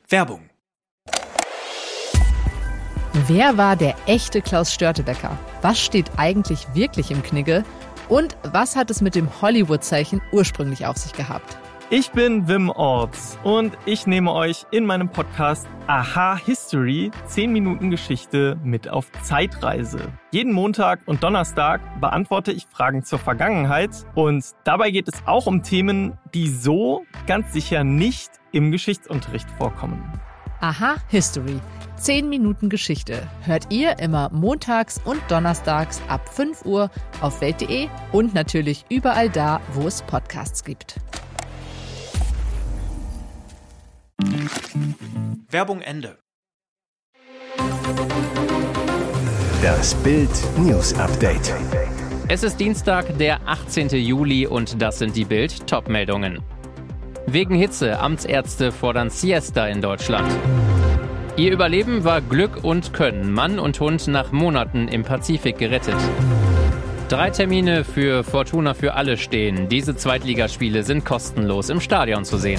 Werbung. Wer war der echte Klaus Störtebeker? Was steht eigentlich wirklich im Knigge? Und was hat es mit dem Hollywood-Zeichen ursprünglich auf sich gehabt? Ich bin Wim Orts und ich nehme euch in meinem Podcast Aha History 10 Minuten Geschichte mit auf Zeitreise. Jeden Montag und Donnerstag beantworte ich Fragen zur Vergangenheit und dabei geht es auch um Themen, die so ganz sicher nicht im Geschichtsunterricht vorkommen. Aha History 10 Minuten Geschichte hört ihr immer montags und donnerstags ab 5 Uhr auf welt.de und natürlich überall da, wo es Podcasts gibt. Werbung Ende. Das Bild News Update. Es ist Dienstag, der 18. Juli und das sind die Bild-Top-Meldungen. Wegen Hitze, Amtsärzte fordern Siesta in Deutschland. Ihr Überleben war Glück und Können. Mann und Hund nach Monaten im Pazifik gerettet. 3 Termine für Fortuna für alle stehen. Diese Zweitligaspiele sind kostenlos im Stadion zu sehen.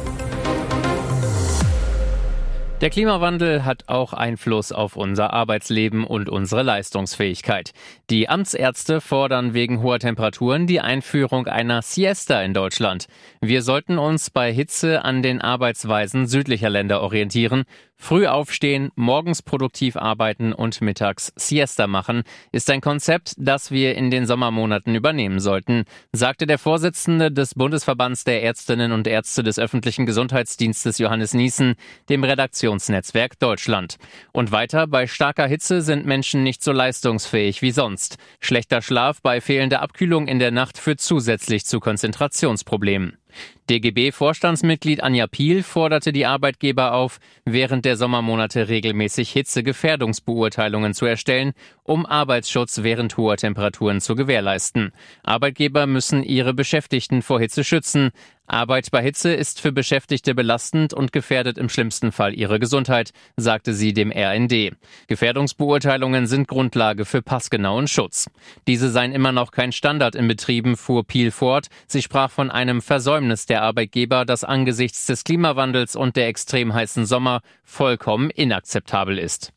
Der Klimawandel hat auch Einfluss auf unser Arbeitsleben und unsere Leistungsfähigkeit. Die Amtsärzte fordern wegen hoher Temperaturen die Einführung einer Siesta in Deutschland. Wir sollten uns bei Hitze an den Arbeitsweisen südlicher Länder orientieren. Früh aufstehen, morgens produktiv arbeiten und mittags Siesta machen, ist ein Konzept, das wir in den Sommermonaten übernehmen sollten, sagte der Vorsitzende des Bundesverbands der Ärztinnen und Ärzte des öffentlichen Gesundheitsdienstes Johannes Niessen, dem Redaktionsnetzwerk Deutschland. Und weiter, bei starker Hitze sind Menschen nicht so leistungsfähig wie sonst. Schlechter Schlaf bei fehlender Abkühlung in der Nacht führt zusätzlich zu Konzentrationsproblemen. DGB-Vorstandsmitglied Anja Piel forderte die Arbeitgeber auf, während der Sommermonate regelmäßig Hitzegefährdungsbeurteilungen zu erstellen, um Arbeitsschutz während hoher Temperaturen zu gewährleisten. Arbeitgeber müssen ihre Beschäftigten vor Hitze schützen. Arbeit bei Hitze ist für Beschäftigte belastend und gefährdet im schlimmsten Fall ihre Gesundheit, sagte sie dem RND. Gefährdungsbeurteilungen sind Grundlage für passgenauen Schutz. Diese seien immer noch kein Standard in Betrieben, fuhr Piel fort. Sie sprach von einem Versäumnis der Arbeitgeber, das angesichts des Klimawandels und der extrem heißen Sommer vollkommen inakzeptabel ist.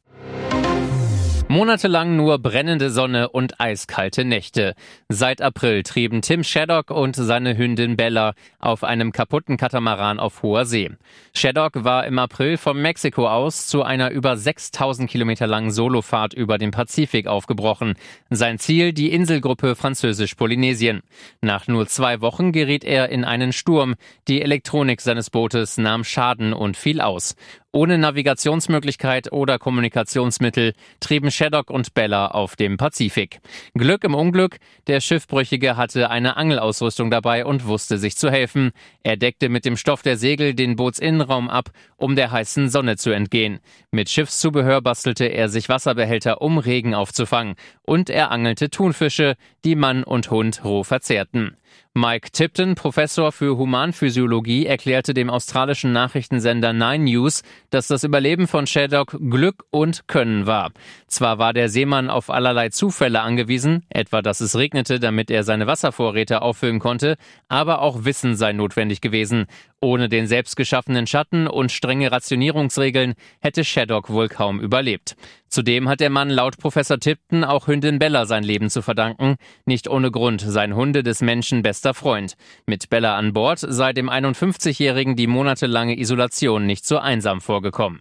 Monatelang nur brennende Sonne und eiskalte Nächte. Seit April trieben Tim Shaddock und seine Hündin Bella auf einem kaputten Katamaran auf hoher See. Shaddock war im April von Mexiko aus zu einer über 6000 Kilometer langen Solofahrt über den Pazifik aufgebrochen. Sein Ziel die Inselgruppe Französisch-Polynesien. Nach nur 2 Wochen geriet er in einen Sturm. Die Elektronik seines Bootes nahm Schaden und fiel aus. Ohne Navigationsmöglichkeit oder Kommunikationsmittel trieben Shaddock und Bella auf dem Pazifik. Glück im Unglück, der Schiffbrüchige hatte eine Angelausrüstung dabei und wusste sich zu helfen. Er deckte mit dem Stoff der Segel den Bootsinnenraum ab, um der heißen Sonne zu entgehen. Mit Schiffszubehör bastelte er sich Wasserbehälter, um Regen aufzufangen. Und er angelte Thunfische, die Mann und Hund roh verzehrten. Mike Tipton, Professor für Humanphysiologie, erklärte dem australischen Nachrichtensender 9 News, dass das Überleben von Shaddock Glück und Können war. Zwar war der Seemann auf allerlei Zufälle angewiesen, etwa dass es regnete, damit er seine Wasservorräte auffüllen konnte, aber auch Wissen sei notwendig gewesen. Ohne den selbstgeschaffenen Schatten und strenge Rationierungsregeln hätte Shaddock wohl kaum überlebt. Zudem hat der Mann laut Professor Tipton auch Hündin Bella sein Leben zu verdanken. Nicht ohne Grund sein Hunde des Menschen bester Freund. Mit Bella an Bord sei dem 51-Jährigen die monatelange Isolation nicht so einsam vorgekommen.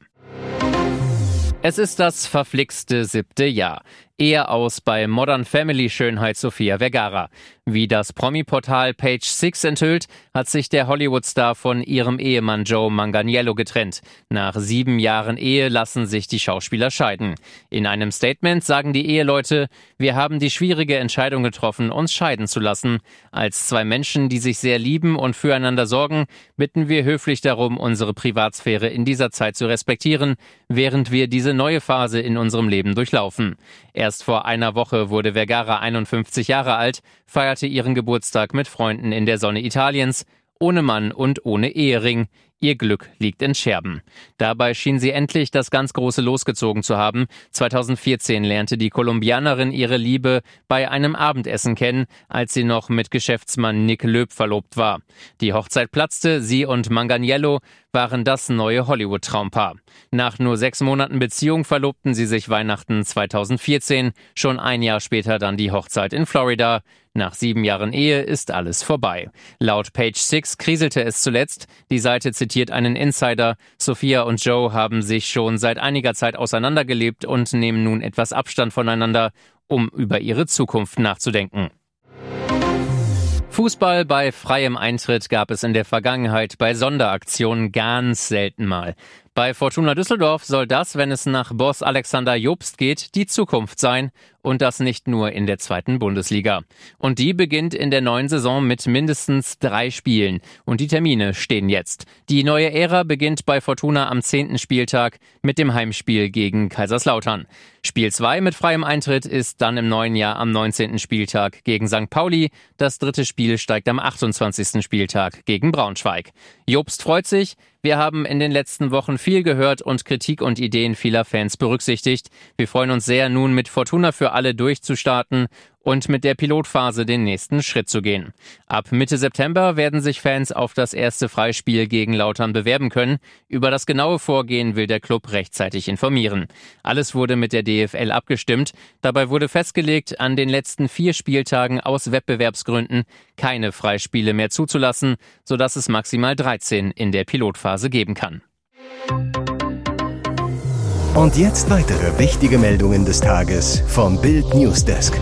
Es ist das verflixte 7. Jahr. Ehe aus bei Modern Family Schönheit Sofia Vergara. Wie das Promi-Portal Page 6 enthüllt, hat sich der Hollywood-Star von ihrem Ehemann Joe Manganiello getrennt. Nach 7 Jahren Ehe lassen sich die Schauspieler scheiden. In einem Statement sagen die Eheleute: Wir haben die schwierige Entscheidung getroffen, uns scheiden zu lassen. Als 2 Menschen, die sich sehr lieben und füreinander sorgen, bitten wir höflich darum, unsere Privatsphäre in dieser Zeit zu respektieren, während wir diese neue Phase in unserem Leben durchlaufen. Erst vor einer Woche wurde Vergara 51 Jahre alt, feierte ihren Geburtstag mit Freunden in der Sonne Italiens, ohne Mann und ohne Ehering. Ihr Glück liegt in Scherben. Dabei schien sie endlich das ganz große Los gezogen zu haben. 2014 lernte die Kolumbianerin ihre Liebe bei einem Abendessen kennen, als sie noch mit Geschäftsmann Nick Löb verlobt war. Die Hochzeit platzte, sie und Manganiello waren das neue Hollywood-Traumpaar. Nach nur 6 Monaten Beziehung verlobten sie sich Weihnachten 2014, schon ein Jahr später dann die Hochzeit in Florida. Nach 7 Jahren Ehe ist alles vorbei. Laut Page Six kriselte es zuletzt. Die Seite zitiert einen Insider. Sophia und Joe haben sich schon seit einiger Zeit auseinandergelebt und nehmen nun etwas Abstand voneinander, um über ihre Zukunft nachzudenken. Fußball bei freiem Eintritt gab es in der Vergangenheit bei Sonderaktionen ganz selten mal. Bei Fortuna Düsseldorf soll das, wenn es nach Boss Alexander Jobst geht, die Zukunft sein. Und das nicht nur in der 2. Bundesliga. Und die beginnt in der neuen Saison mit mindestens 3 Spielen. Und die Termine stehen jetzt. Die neue Ära beginnt bei Fortuna am 10. Spieltag mit dem Heimspiel gegen Kaiserslautern. Spiel 2 mit freiem Eintritt ist dann im neuen Jahr am 19. Spieltag gegen St. Pauli. Das 3. Spiel steigt am 28. Spieltag gegen Braunschweig. Jobst freut sich. Wir haben in den letzten Wochen viel gehört und Kritik und Ideen vieler Fans berücksichtigt. Wir freuen uns sehr, nun mit Fortuna für alle durchzustarten und mit der Pilotphase den nächsten Schritt zu gehen. Ab Mitte September werden sich Fans auf das erste Freispiel gegen Lautern bewerben können. Über das genaue Vorgehen will der Club rechtzeitig informieren. Alles wurde mit der DFL abgestimmt. Dabei wurde festgelegt, an den letzten 4 Spieltagen aus Wettbewerbsgründen keine Freispiele mehr zuzulassen, sodass es maximal 13 in der Pilotphase geben kann. Und jetzt weitere wichtige Meldungen des Tages vom Bild Newsdesk.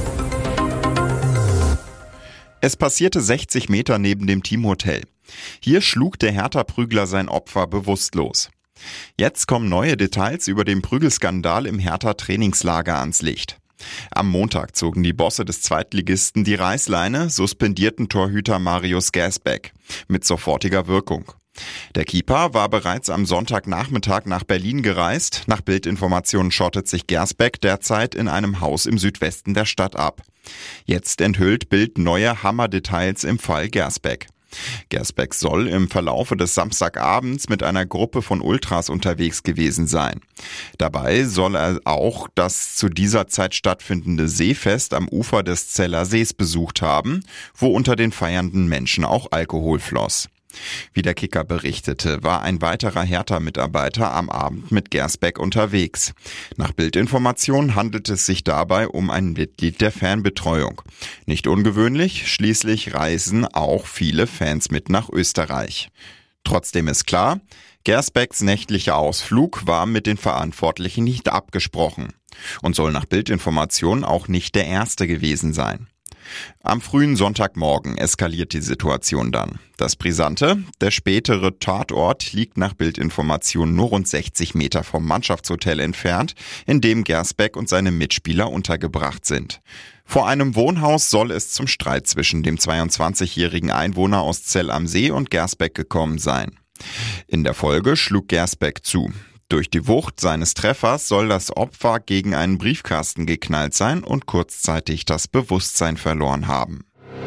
Es passierte 60 Meter neben dem Teamhotel. Hier schlug der Hertha-Prügler sein Opfer bewusstlos. Jetzt kommen neue Details über den Prügelskandal im Hertha-Trainingslager ans Licht. Am Montag zogen die Bosse des Zweitligisten die Reißleine, suspendierten Torhüter Marius Gersbeck mit sofortiger Wirkung. Der Keeper war bereits am Sonntagnachmittag nach Berlin gereist. Nach Bildinformationen schottet sich Gersbeck derzeit in einem Haus im Südwesten der Stadt ab. Jetzt enthüllt Bild neue Hammerdetails im Fall Gersbeck. Gersbeck soll im Verlaufe des Samstagabends mit einer Gruppe von Ultras unterwegs gewesen sein. Dabei soll er auch das zu dieser Zeit stattfindende Seefest am Ufer des Zeller Sees besucht haben, wo unter den feiernden Menschen auch Alkohol floss. Wie der Kicker berichtete, war ein weiterer Hertha-Mitarbeiter am Abend mit Gersbeck unterwegs. Nach Bildinformationen handelt es sich dabei um ein Mitglied der Fanbetreuung. Nicht ungewöhnlich, schließlich reisen auch viele Fans mit nach Österreich. Trotzdem ist klar, Gersbecks nächtlicher Ausflug war mit den Verantwortlichen nicht abgesprochen und soll nach Bildinformationen auch nicht der erste gewesen sein. Am frühen Sonntagmorgen eskaliert die Situation dann. Das Brisante, der spätere Tatort liegt nach Bildinformationen nur rund 60 Meter vom Mannschaftshotel entfernt, in dem Gersbeck und seine Mitspieler untergebracht sind. Vor einem Wohnhaus soll es zum Streit zwischen dem 22-jährigen Einwohner aus Zell am See und Gersbeck gekommen sein. In der Folge schlug Gersbeck zu. Durch die Wucht seines Treffers soll das Opfer gegen einen Briefkasten geknallt sein und kurzzeitig das Bewusstsein verloren haben.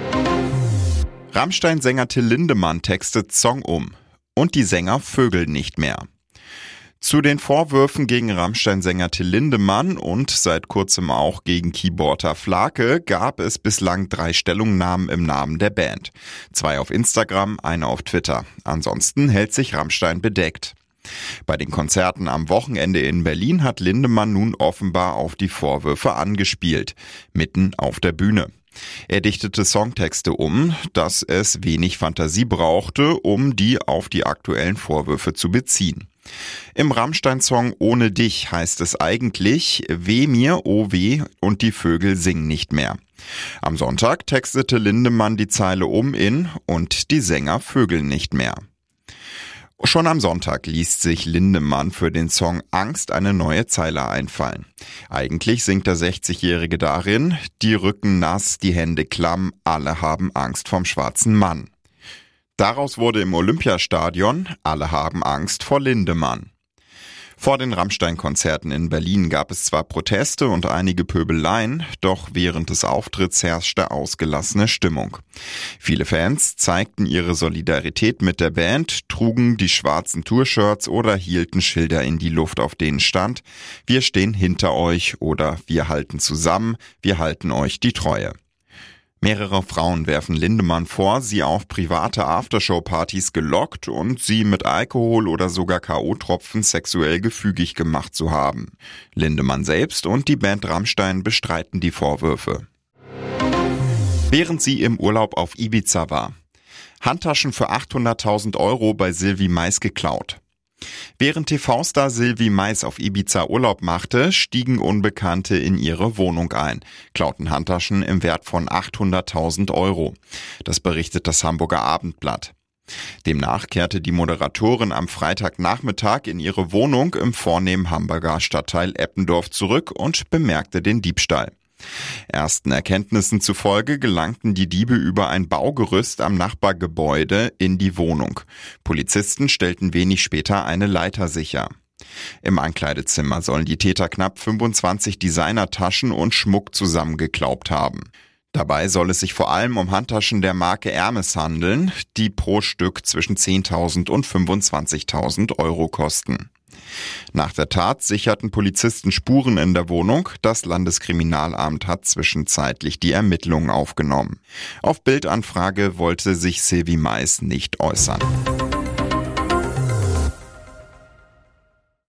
Rammstein-Sänger Till Lindemann textet Song um und die Sänger vögeln nicht mehr. Zu den Vorwürfen gegen Rammstein-Sänger Till Lindemann und seit kurzem auch gegen Keyboarder Flake gab es bislang 3 Stellungnahmen im Namen der Band. 2 auf Instagram, eine auf Twitter. Ansonsten hält sich Rammstein bedeckt. Bei den Konzerten am Wochenende in Berlin hat Lindemann nun offenbar auf die Vorwürfe angespielt, mitten auf der Bühne. Er dichtete Songtexte um, dass es wenig Fantasie brauchte, um die auf die aktuellen Vorwürfe zu beziehen. Im Rammstein-Song Ohne dich heißt es eigentlich Weh mir, oh weh und die Vögel singen nicht mehr. Am Sonntag textete Lindemann die Zeile um in Und die Sänger vögeln nicht mehr. Schon am Sonntag ließ sich Lindemann für den Song Angst eine neue Zeile einfallen. Eigentlich singt der 60-Jährige darin, die Rücken nass, die Hände klamm, alle haben Angst vom schwarzen Mann. Daraus wurde im Olympiastadion Alle haben Angst vor Lindemann. Vor den Rammstein-Konzerten in Berlin gab es zwar Proteste und einige Pöbeleien, doch während des Auftritts herrschte ausgelassene Stimmung. Viele Fans zeigten ihre Solidarität mit der Band, trugen die schwarzen Tourshirts oder hielten Schilder in die Luft, auf denen stand: Wir stehen hinter euch oder wir halten zusammen, wir halten euch die Treue. Mehrere Frauen werfen Lindemann vor, sie auf private Aftershow-Partys gelockt und sie mit Alkohol oder sogar K.O.-Tropfen sexuell gefügig gemacht zu haben. Lindemann selbst und die Band Rammstein bestreiten die Vorwürfe. Während sie im Urlaub auf Ibiza war. Handtaschen für 800.000 € bei Sylvie Mais geklaut. Während TV-Star Sylvie Mais auf Ibiza Urlaub machte, stiegen Unbekannte in ihre Wohnung ein, klauten Handtaschen im Wert von 800.000 €. Das berichtet das Hamburger Abendblatt. Demnach kehrte die Moderatorin am Freitagnachmittag in ihre Wohnung im vornehmen Hamburger Stadtteil Eppendorf zurück und bemerkte den Diebstahl. Ersten Erkenntnissen zufolge gelangten die Diebe über ein Baugerüst am Nachbargebäude in die Wohnung. Polizisten stellten wenig später eine Leiter sicher. Im Ankleidezimmer sollen die Täter knapp 25 Designertaschen und Schmuck zusammengeklaubt haben. Dabei soll es sich vor allem um Handtaschen der Marke Hermes handeln, die pro Stück zwischen 10.000 und 25.000 € kosten. Nach der Tat sicherten Polizisten Spuren in der Wohnung. Das Landeskriminalamt hat zwischenzeitlich die Ermittlungen aufgenommen. Auf Bildanfrage wollte sich Sylvie Mais nicht äußern.